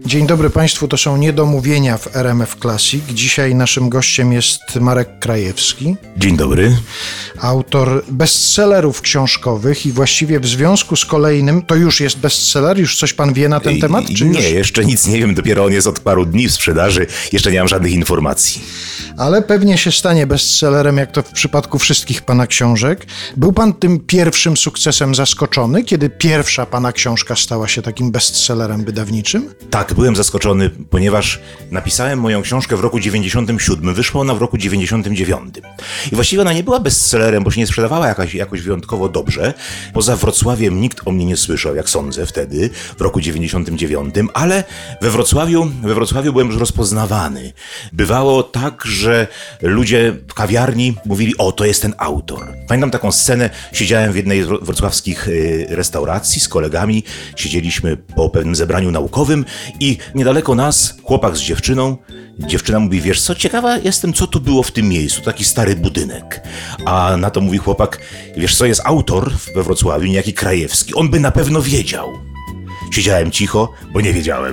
Dzień dobry Państwu, to są Niedomówienia w RMF Classic. Dzisiaj naszym gościem jest Marek Krajewski. Dzień dobry. Autor bestsellerów książkowych i właściwie w związku z kolejnym, to już jest bestseller? Już coś Pan wie na ten temat? Czy nie, jeszcze nic nie wiem, dopiero on jest od paru dni w sprzedaży, jeszcze nie mam żadnych informacji. Ale pewnie się stanie bestsellerem, jak to w przypadku wszystkich Pana książek. Był Pan tym pierwszym sukcesem zaskoczony, kiedy pierwsza Pana książka stała się takim bestsellerem wydawniczym? Tak, byłem zaskoczony, ponieważ napisałem moją książkę w roku 97, wyszła ona w roku 99. I właściwie ona nie była bestsellerem, bo się nie sprzedawała jakoś wyjątkowo dobrze. Poza Wrocławiem nikt o mnie nie słyszał, jak sądzę wtedy, w roku 99, ale we Wrocławiu byłem już rozpoznawany. Bywało tak, że ludzie w kawiarni mówili, o, to jest ten autor. Pamiętam taką scenę, siedziałem w jednej z wrocławskich restauracji z kolegami, siedzieliśmy po pewnym zebraniu naukowym i niedaleko nas chłopak z dziewczyną. Dziewczyna mówi, wiesz co, ciekawa jestem, co tu było w tym miejscu, taki stary budynek. A na to mówi chłopak, wiesz co, jest autor we Wrocławiu, niejaki Krajewski, on by na pewno wiedział. Siedziałem cicho, bo nie wiedziałem.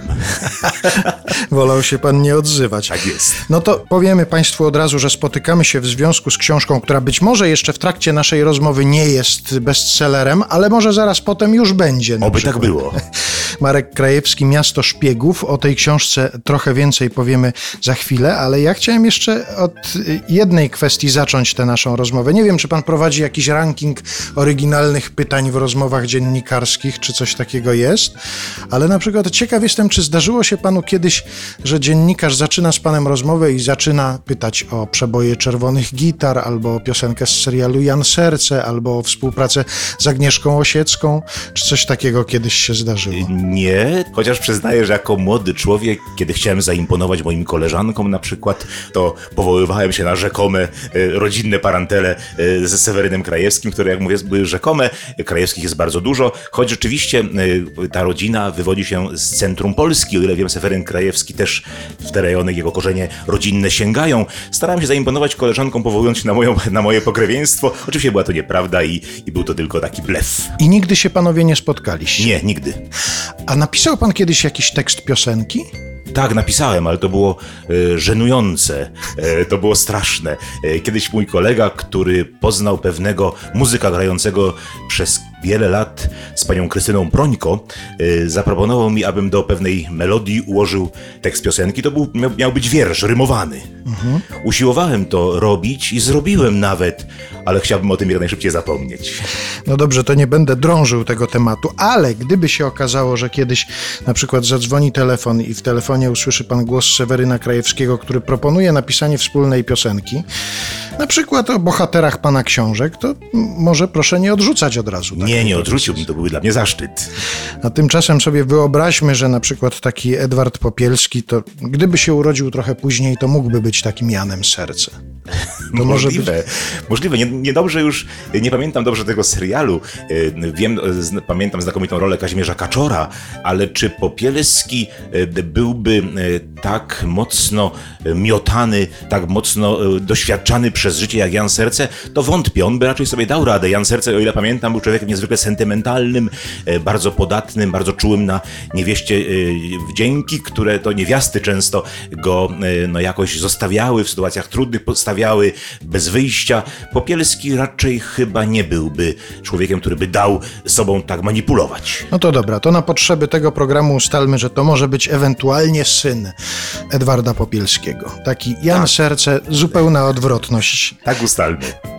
Wolał się Pan nie odzywać. Tak jest. No to powiemy Państwu od razu, że spotykamy się w związku z książką, która być może jeszcze w trakcie naszej rozmowy nie jest bestsellerem, ale może zaraz potem już będzie. Oby tak było. Marek Krajewski, Miasto Szpiegów. O tej książce trochę więcej powiemy za chwilę, ale ja chciałem jeszcze od jednej kwestii zacząć tę naszą rozmowę. Nie wiem, czy Pan prowadzi jakiś ranking oryginalnych pytań w rozmowach dziennikarskich, czy coś takiego jest, ale na przykład ciekaw jestem, czy zdarzyło się Panu kiedyś, że dziennikarz zaczyna z Panem rozmowę i zaczyna pytać o przeboje Czerwonych Gitar, albo o piosenkę z serialu Jan Serce, albo o współpracę z Agnieszką Osiecką, czy coś takiego kiedyś się zdarzyło? Nie, chociaż przyznaję, że jako młody człowiek, kiedy chciałem zaimponować moim koleżankom na przykład, to powoływałem się na rzekome rodzinne parantele ze Sewerynem Krajewskim, które, jak mówię, były rzekome. Krajewskich jest bardzo dużo, choć rzeczywiście ta rodzina wywodzi się z centrum Polski. O ile wiem, Seweryn Krajewski też w te rejony, jego korzenie rodzinne sięgają. Starałem się zaimponować koleżankom, powołując się na moje pokrewieństwo. Oczywiście była to nieprawda i był to tylko taki blef. I nigdy się Panowie nie spotkaliście? Nie, nigdy. A napisał Pan kiedyś jakiś tekst piosenki? Tak, napisałem, ale to było żenujące, to było straszne. Kiedyś mój kolega, który poznał pewnego muzyka grającego przez wiele lat z panią Krystyną Prońko, zaproponował mi, abym do pewnej melodii ułożył tekst piosenki. To miał być wiersz, rymowany. Usiłowałem to robić i zrobiłem nawet, ale chciałbym o tym jak najszybciej zapomnieć. No dobrze, to nie będę drążył tego tematu, ale gdyby się okazało, że kiedyś na przykład zadzwoni telefon i w telefonie usłyszy Pan głos Seweryna Krajewskiego, który proponuje napisanie wspólnej piosenki, na przykład o bohaterach Pana książek, to może proszę nie odrzucać od razu. Nie odrzuciłbym, to byłby dla mnie zaszczyt. A tymczasem sobie wyobraźmy, że na przykład taki Edward Popielski, to gdyby się urodził trochę później, to mógłby być takim Janem Serce. To Możliwe. Niedobrze już, nie pamiętam dobrze tego serialu. Pamiętam znakomitą rolę Kazimierza Kaczora, ale czy Popielski byłby tak mocno miotany, tak mocno doświadczany przez życie jak Jan Serce, to wątpię. On by raczej sobie dał radę. Jan Serce, o ile pamiętam, był człowiekiem niezwykle sentymentalnym, bardzo podatnym, bardzo czułym na niewieście wdzięki, które to niewiasty często go jakoś zostawiały w sytuacjach trudnych, postawiały bez wyjścia. Popielski raczej chyba nie byłby człowiekiem, który by dał sobą tak manipulować. No to dobra, to na potrzeby tego programu ustalmy, że to może być ewentualnie syn Edwarda Popielskiego. Taki Jan Serce, zupełna odwrotność. Tak ustalmy.